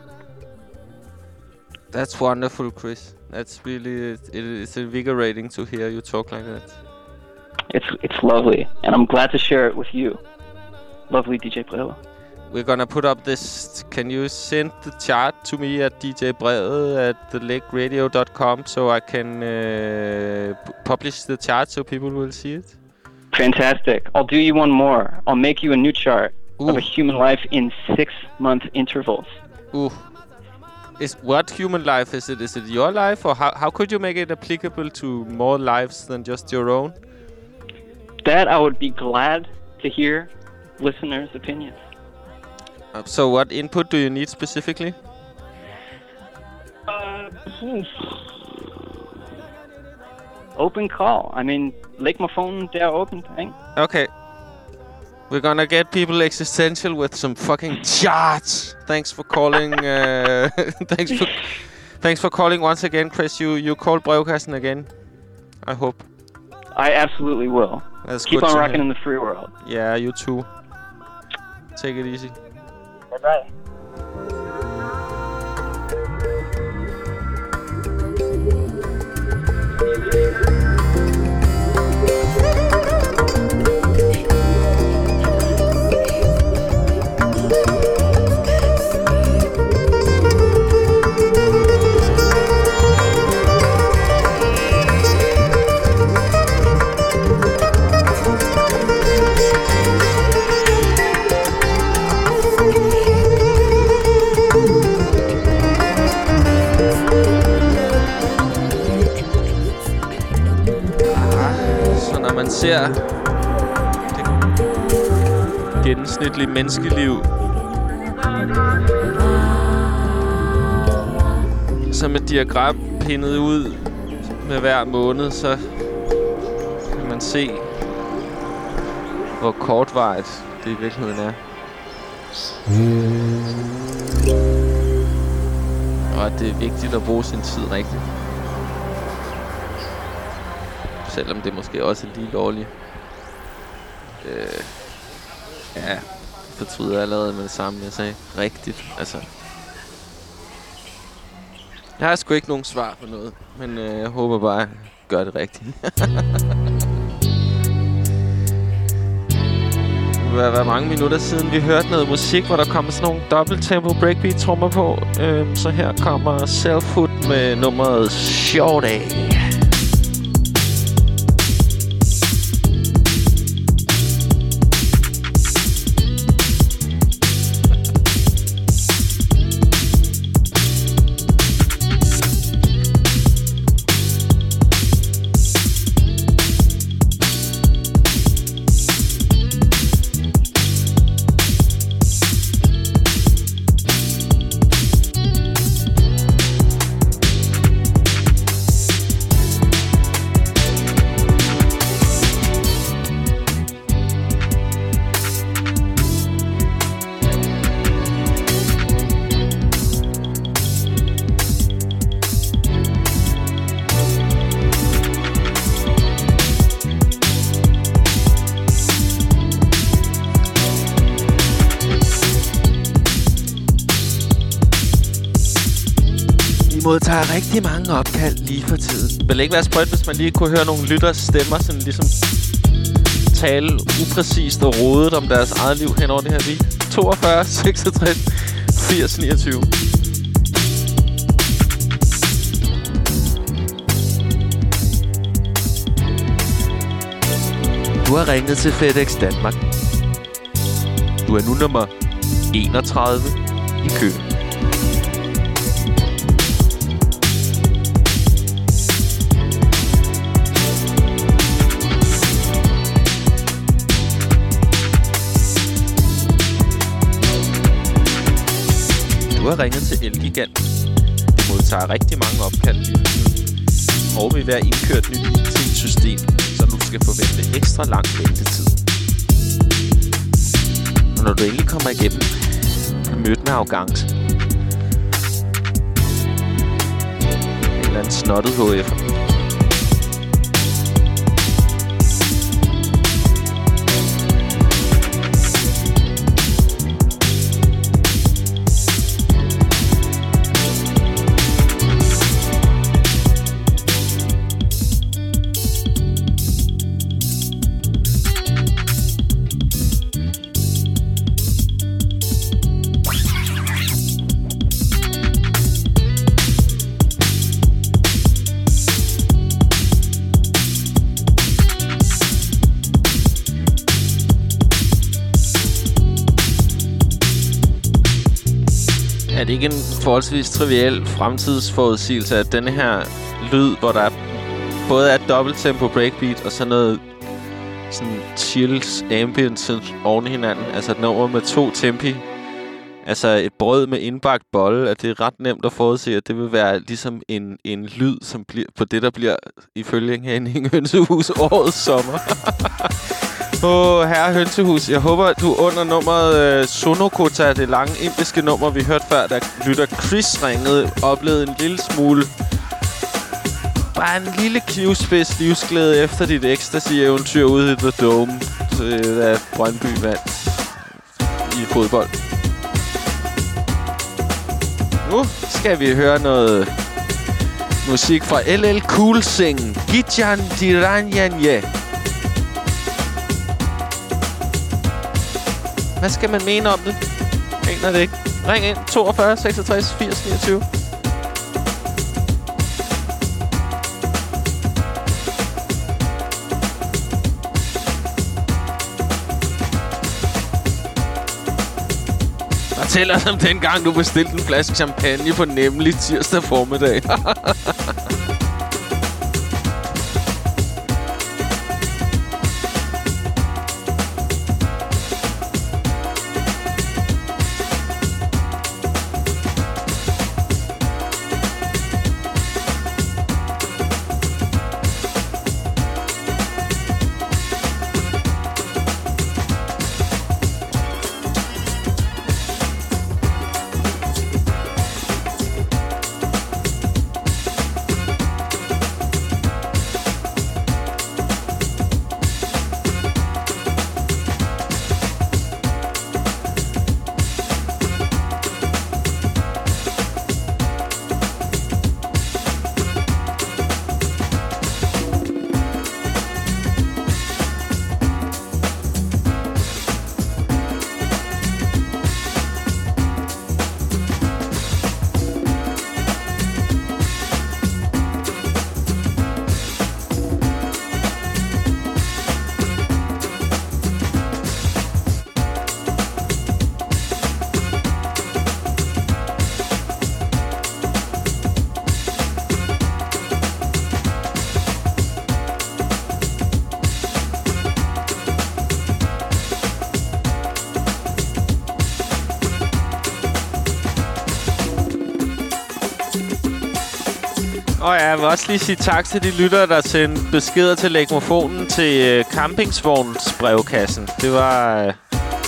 That's wonderful, Chris. That's really it, it's invigorating to hear you talk like that. It's it's lovely, and I'm glad to share it with you, lovely D J Breve. We're gonna put up this. Can you send the chart to me at D J Breve at the lake radio dot com so I can uh, p- publish the chart so people will see it? Fantastic. I'll do you one more. I'll make you a new chart Ooh. of a human life in six-month intervals. Ooh. Is what human life is it? Is it your life, or how how could you make it applicable to more lives than just your own? That I would be glad to hear listeners' opinions. Uh, so what input do you need specifically? Uh, open call. I mean, læg mig phone der åbent, ikke? Okay. We're gonna get people existential with some fucking charts. Thanks for calling. Uh, thanks for thanks for calling once again, Chris. You you called Brevkassen again. I hope. I absolutely will. That's Keep good on to rocking hear. in the free world. Yeah, you too. Take it easy. Bye bye. Så når man ser det gennemsnitlige menneskeliv som et diagram pindet ud med hver måned, så kan man se, hvor kortvarigt det i virkeligheden er. Og at det er vigtigt at bruge sin tid rigtigt. Selvom det måske også er lige lovligt. Øh, ja, fortryder jeg allerede med det samme, jeg sagde. Rigtigt, altså. Jeg har sgu ikke nogen svar på noget, men øh, jeg håber bare, at jeg gør det rigtigt. Det var mange minutter siden, vi hørte noget musik, hvor der kommer sådan nogle dobbelt-tempo breakbeat-trommer på. Øhm, så her kommer Selfhood med nummeret Shorty. Modtager rigtig mange opkald lige for tiden. Det ville ikke være sprøjt, hvis man lige kunne høre nogle lytters stemmer, sådan ligesom tale upræcist og rodet om deres eget liv hen over det her beat. toogfyrre, seksogtres, firs, niogtyve. Du har ringet til FedEx Danmark. Du er nu nummer enogtredive i køen. Du har ringet til Elgigant. Det modtager rigtig mange opkald lige for tiden. Og vil være indkørt nyt I T-system, så du skal forvente ekstra lang ventetid. Og når du endelig kommer igennem, kan møde med arrogance. En eller anden snottet H F'er. Er det ikke en forholdsvis triviel fremtidsforudsigelse, at denne her lyd, hvor der både er et dobbelttempo breakbeat og så noget sådan chills ambience oven i hinanden, altså et nummer med to tempi, altså et brød med indbagt bolle, at det er ret nemt at forudse, at det vil være ligesom en, en lyd, som bliver på det, der bliver ifølge Henning Hønsehus årets sommer. På Herre Hønsehus. Jeg håber, du under nummeret uh, Sonokota, det lange indiske nummer, vi hørte før, da lytter Chris ringede, oplevede en lille smule, bare en lille knivspids livsglæde efter dit ecstasy-eventyr ude i The Dome, da Brøndby vandt i fodbold. Nu skal vi høre noget musik fra L L Cool Sing. Gitjan Diranyanye. Hvad skal man mene om det? Aner det ikke. Ring ind toogfyrre seksogtres firs niogtyve. Fortæl os om den gang, du bestilte en flaske champagne på nemlig tirsdag formiddag. Og ja, jeg vil også lige sige tak til de lyttere, der sendte beskeder til Legmofonen til øh, campingsvognsbrevkassen. Det var... Øh,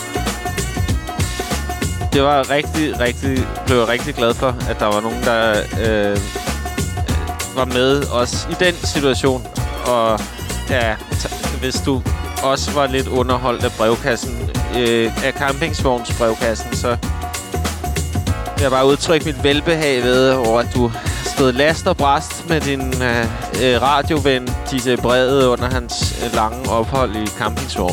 det var rigtig, rigtig... Blev jeg rigtig glad for, at der var nogen, der øh, var med os i den situation. Og ja, hvis du også var lidt underholdt af brevkassen, øh, af campingsvognsbrevkassen, så vil jeg bare udtrykke mit velbehag ved over, at du stod last og brast med din øh, øh, radioven D J Brede under hans øh, lange ophold i campingsvogn.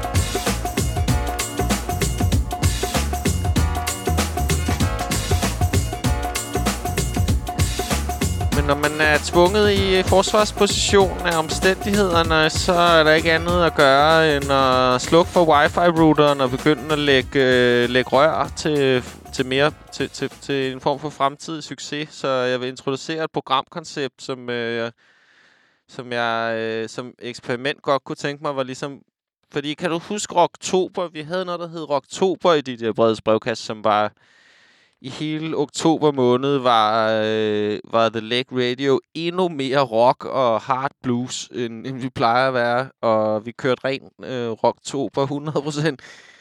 Men når man er tvunget i forsvarsposition af omstændighederne, så er der ikke andet at gøre end at slukke for wifi-routeren og begynde at lægge, øh, lægge rør til... til mere til, til, til en form for fremtidig succes, så jeg vil introducere et programkoncept, som øh, som jeg øh, som eksperiment godt kunne tænke mig var ligesom, fordi kan du huske Rocktober? Vi havde noget der hed Rocktober i de der Bredes brevkasse, som var i hele oktober måned var øh, var The Leg Radio endnu mere rock og hard blues end, end vi plejer at være, og vi kørte ren øh, Rocktober hundrede procent.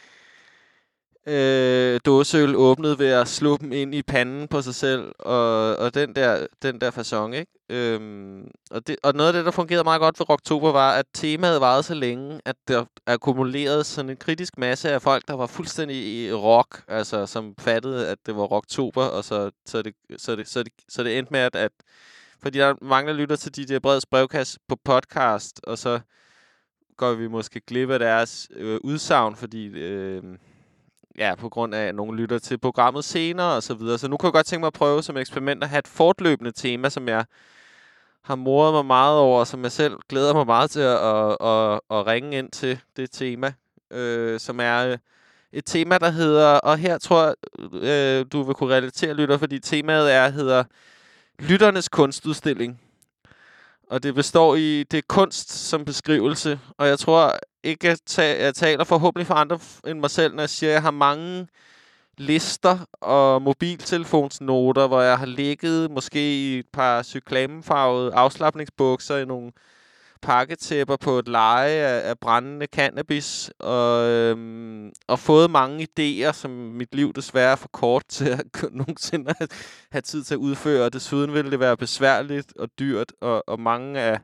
Øh, dåseøl åbnet ved at slå dem ind i panden på sig selv, og, og den der den der facon, ikke? Øhm, og, det, og noget af det, der fungerede meget godt ved Rocktober, var, at temaet varede så længe, at der akkumulerede sådan en kritisk masse af folk, der var fuldstændig i rock, altså som fattede, at det var Rocktober, og så, så, det, så, det, så, det, så det endte med, at, at fordi der er mange, der lytter til de der Breds brevkasse på podcast, og så går vi måske glip af deres øh, udsagn, fordi... Øh, Ja, på grund af, at nogen lytter til programmet senere og så videre. Så nu kan jeg godt tænke mig at prøve som eksperiment at have et fortløbende tema, som jeg har moret mig meget over, som jeg selv glæder mig meget til at, at, at, at ringe ind til det tema, øh, som er et tema, der hedder, og her tror jeg, øh, du vil kunne relatere, lytter, fordi temaet er, hedder Lytternes kunstudstilling. Og det består i, det er kunst som beskrivelse, og jeg tror ikke, at ta- jeg taler forhåbentlig for andre end mig selv, når jeg siger, at jeg har mange lister og mobiltelefonsnoter, hvor jeg har ligget måske i et par cyklamfarvede afslapningsbukser i nogle pakketæpper på et leje af, af brændende cannabis, og, øhm, og fået mange idéer, som mit liv desværre er for kort til at nogensinde have tid til at udføre. Desuden ville det være besværligt og dyrt, og, og mange af...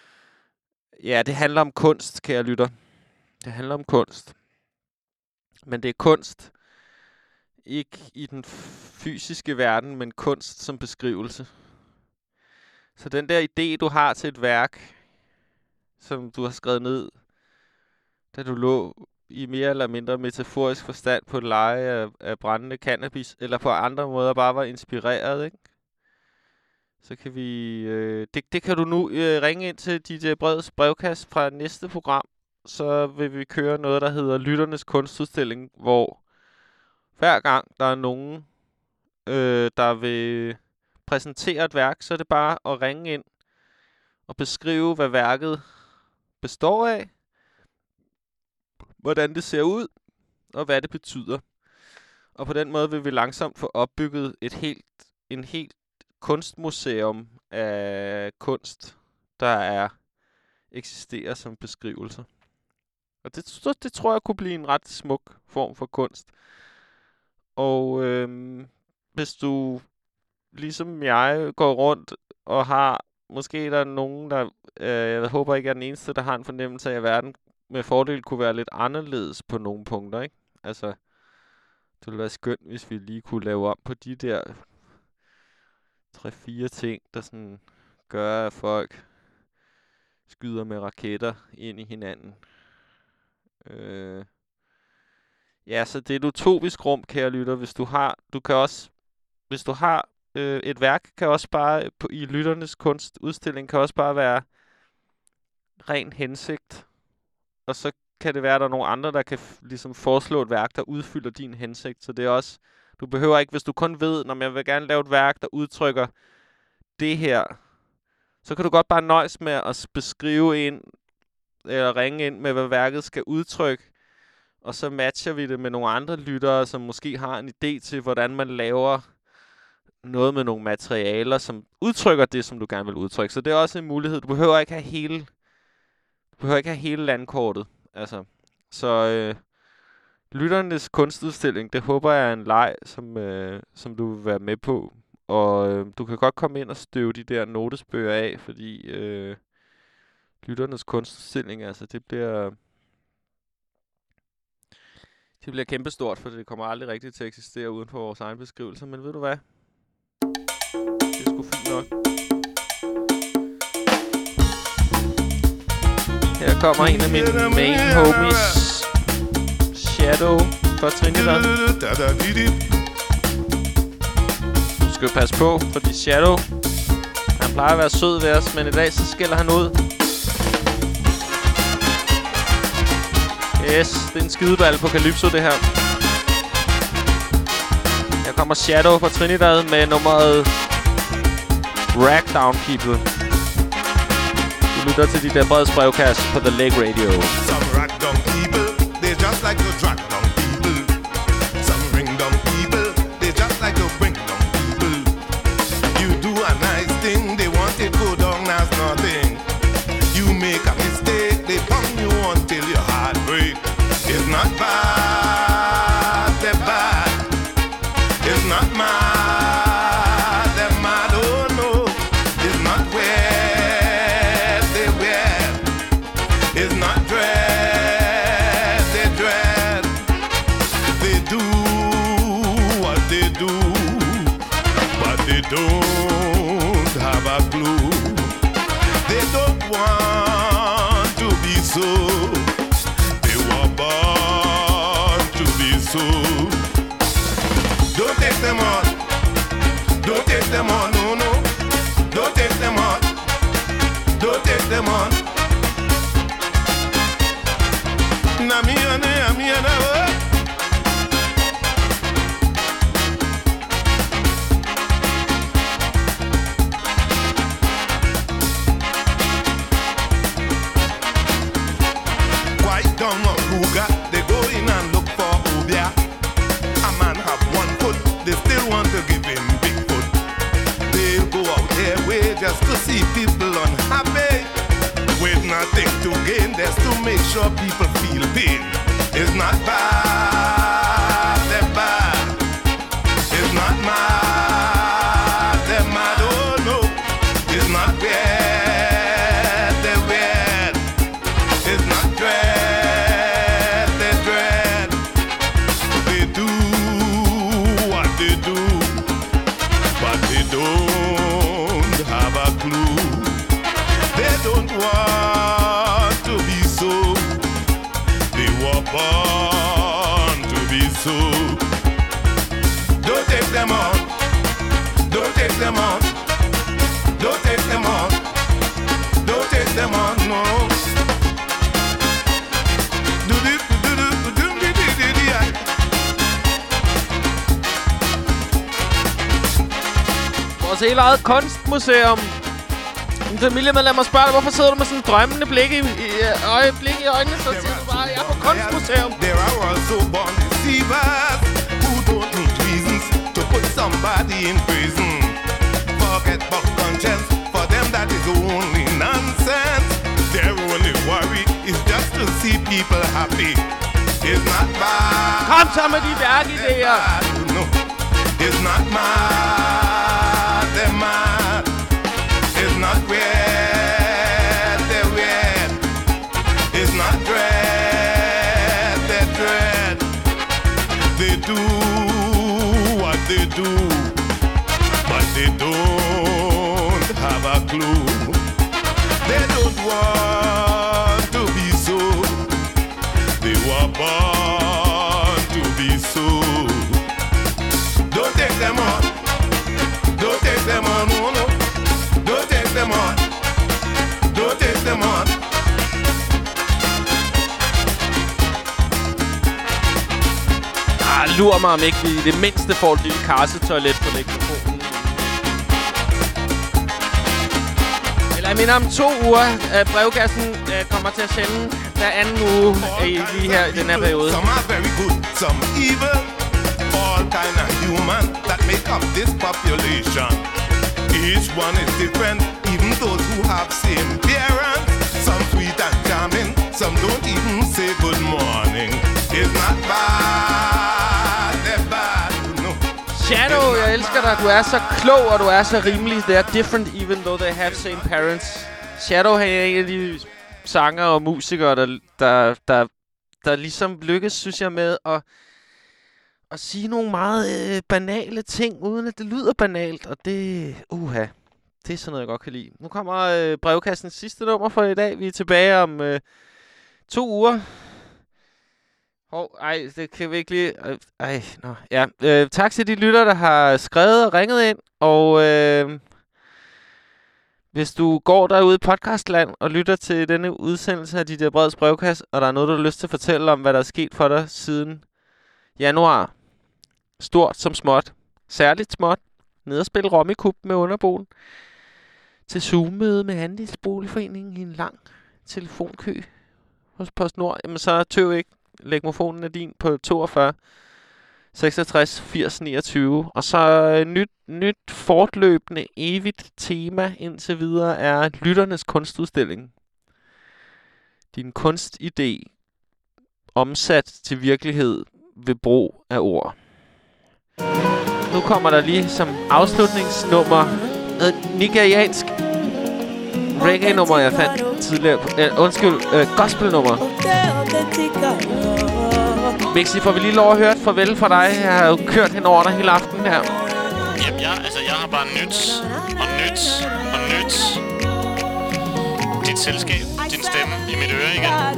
Ja, det handler om kunst, kære lytter. Det handler om kunst. Men det er kunst, ikke i den fysiske verden, men kunst som beskrivelse. Så den der idé, du har til et værk, som du har skrevet ned, da du lå i mere eller mindre metaforisk forstand på et leje af, af brændende cannabis, eller på andre måder bare var inspireret, ikke? Så kan vi... Øh, det, det kan du nu øh, ringe ind til D J Breds brevkasse fra næste program. Så vil vi køre noget, der hedder Lytternes Kunstudstilling, hvor hver gang der er nogen, øh, der vil præsentere et værk, så er det bare at ringe ind og beskrive, hvad værket består af, hvordan det ser ud, og hvad det betyder. Og på den måde vil vi langsomt få opbygget et helt, en helt kunstmuseum af kunst, der er eksisterer som beskrivelser. Og det, det tror jeg kunne blive en ret smuk form for kunst. Og øhm, hvis du, ligesom jeg, går rundt og har, måske der er nogen, der, øh, jeg håber ikke er den eneste, der har en fornemmelse af, at verden med fordel kunne være lidt anderledes på nogle punkter, ikke? Altså, det ville være skønt, hvis vi lige kunne lave om på de der tre-fire ting, der sådan gør, at folk skyder med raketter ind i hinanden. Øh. Ja, så det er et utopisk rum, kære lytter. Hvis du har, du kan også, hvis du har øh, et værk, kan også bare på, i Lytternes Kunstudstilling kan også bare være ren hensigt. Og så kan det være, at der er nogle andre, der kan f- ligesom foreslå et værk, der udfylder din hensigt. Så det er også, du behøver ikke, hvis du kun ved, når jeg vil gerne lave et værk, der udtrykker det her, så kan du godt bare nøjes med at beskrive ind, eller ringe ind med, hvad værket skal udtrykke. Og så matcher vi det med nogle andre lyttere, som måske har en idé til, hvordan man laver noget med nogle materialer, som udtrykker det, som du gerne vil udtrykke. Så det er også en mulighed. Du behøver ikke have hele, du behøver ikke have hele landkortet. Altså, så øh, Lytternes Kunstudstilling, det håber jeg er en leg, som, øh, som du vil være med på. Og øh, du kan godt komme ind og støve de der notesbøger af, fordi øh, Lytternes Kunstudstilling, altså det bliver... Det bliver kæmpestort, for det kommer aldrig rigtigt til at eksistere uden for vores egen beskrivelser. Men ved du hvad? Det er sgu fint nok. Her kommer en af mine main homies. Shadow fra Trinidad. Du skal jo passe på, fordi Shadow, han plejer at være sød ved os, men i dag så skælder han ud. Yes, det er en skideball på Calypso, det her. Her kommer Shadow fra Trinidad med nummeret Ragdown People. Du lytter til de der Breds brevkasse på The Lake Radio. Some ragdown people, they just like to drag down people. Some ring down people, they just like to bring down people. You do a nice thing, they want it go down as nothing. You make a mistake, they pump you until your heart break. It's not bad, they're bad. It's not mad, they're mad, oh no. It's not wet, they're wet. It's not dread, they dread. They do what they do, but they don't have a clue. They don't want to be so. They were born to be so. Don't take them on. Don't take them on, no, no. Don't take them on. Don't take them on. Namiane, amiana, oh. Quite down on Ruga, they go in and look for Obia. A man have one foot, they still want to give him big foot. They'll go out their way just to see people unhappy. Waiting nothing to gain, just to make sure people feel pain. It's not bad, they're bad. It's not mad, they're mad. Oh no, it's not weird, they're weird. It's not dread, they're dread. They do what they do, but they don't have a clue. They don't want to be so. They were born to be so. Don't take them on. Don't take them on. Don't take them on. Don't take them on, no. Do do do do do do do do do. Vores helt eget kunstmuseum. En familiemedlemmer spørger dig, hvorfor sidder du med sådan en drømmende blik i, i, øje, blik i øjnene, så siger du bare, jeg er på kunstmuseum. There are also born deceivers who don't need reasons to put somebody in prison. Forget about conscience, for them that is only nonsense. Their only worry is just to see people happy. It's not bad. Kom så med de værkidéer. No, it's not mad, they're mad. It's not weird, they're weird. It's not dread, they're dread. They do what they do, but they don't have a clue. They don't want to be so. They were born to be so. Don't take them on. Don't take them on, no, no. Don't take them on. Don't take them on. Ah, lur mig om ikke vi i det mindste får et lille karsetoilet på mikrofonen. Eller jeg mener om to uger, at brevkassen uh, kommer til at sende hver anden uge uh, lige her i den her periode. Some are very good, some evil. All kind of human that make up this population. Each one is different, even those who have same parents. Some sweet and charming, some don't even say good morning. It's not bad, they're bad, you know. Shadow, jeg elsker dig. Du er så klog, og du er så rimelig. They are different, even though they have same parents. Shadow er en af de sanger og musikere, der, der, der, der ligesom lykkes, synes jeg, med at, at sige nogle meget øh, banale ting, uden at det lyder banalt. Og det, uha, det er sådan noget, jeg godt kan lide. Nu kommer øh, brevkassens sidste nummer for i dag. Vi er tilbage om øh, to uger. Hov, ej, det kan vi ikke lige... Ej, nå, ja. Øh, tak til de lytter, der har skrevet og ringet ind. Og øh, hvis du går derude i podcastland og lytter til denne udsendelse af D J Breds brevkasse, og der er noget, du har lyst til at fortælle om, hvad der er sket for dig siden januar. Stort som småt. Særligt småt. Ned og spille Rummikub med underboen. Til Zoom-møde med Andelsboligforeningen i en lang telefonkø hos PostNord. Jamen så tøv ikke. Læg mofonen af din på toogfyrre seksogtres firs niogtyve. Og så et nyt, nyt fortløbende evigt tema indtil videre er lytternes kunstudstilling. Din kunstidé omsat til virkelighed ved brug af ord. Nu kommer der lige som afslutningsnummer et nigeriansk reggae-nummer, jeg fandt tidligere. Uh, undskyld, uh, gospel-nummer. Mixi, får vi lige lov at høre et farvel fra dig? Jeg har jo kørt hen over dig hele aftenen her. Jamen, jeg, altså, jeg har bare nyt og nyt og nyt dit selskab, din stemme i mit øre igen.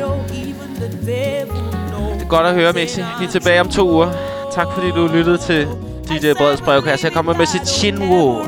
Det er godt at høre, Mixi. Vi er tilbage om to uger. Tak fordi du lyttede til D J Breds brevkasse. Jeg kommer med sit Chinwo.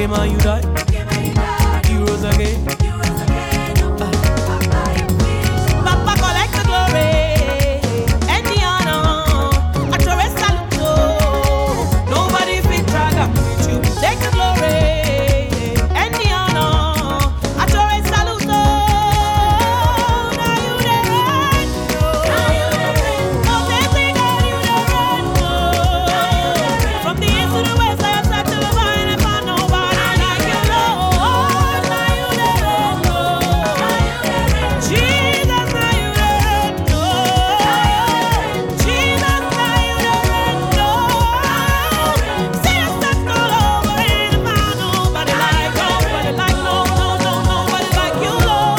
came and you died. You rose again. Papa collect the glory and the honor. I throw a salute. Nobody fit drag up with you. Take the glory and the honor. I throw a salute. Now you the run. Now you the run. Oh, they say God, you the run. From the east to the west, I have tried to find and find nobody like you, Lord. Now you the run. Jesus, now you the run. Jesus, now you the run. See us touch all over and find nobody like, nobody like, no, no, no, nobody like you,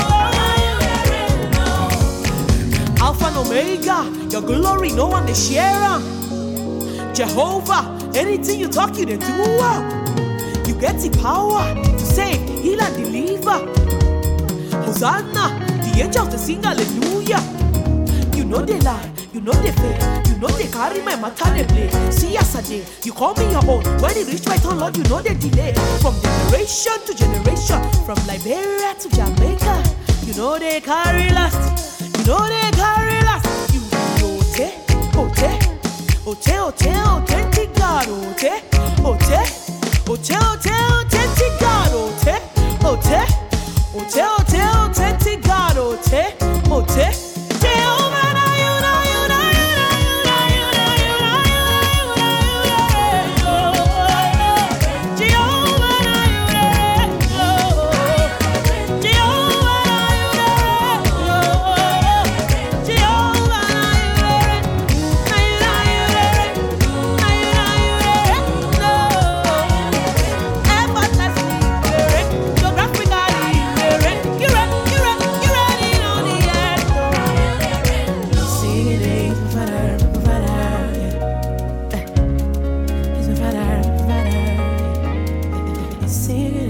Lord. Alpha and Omega, your glory, no one to share. am. Jehovah, anything you talk, you the do. am. You get the power to save, heal and deliver. Hosanna, the angels they sing hallelujah. You know they lie, you know they fail, you know they carry my matter they play. See yesterday, you call me your own. When it reach my turn, Lord, you know they delay. From generation to generation, from Liberia to Jamaica, you know they carry last, you know they carry last. You ote, ote, ote, ote, authentic God, ote, ote, ote, ote, authentic God, ote, ote, ote, ote, authentic God, ote, ote. Jehovah, now you, now you, now you, now you, now you, now you, now you, now you, Jehovah, now you, Jehovah, now you, Jehovah, Sing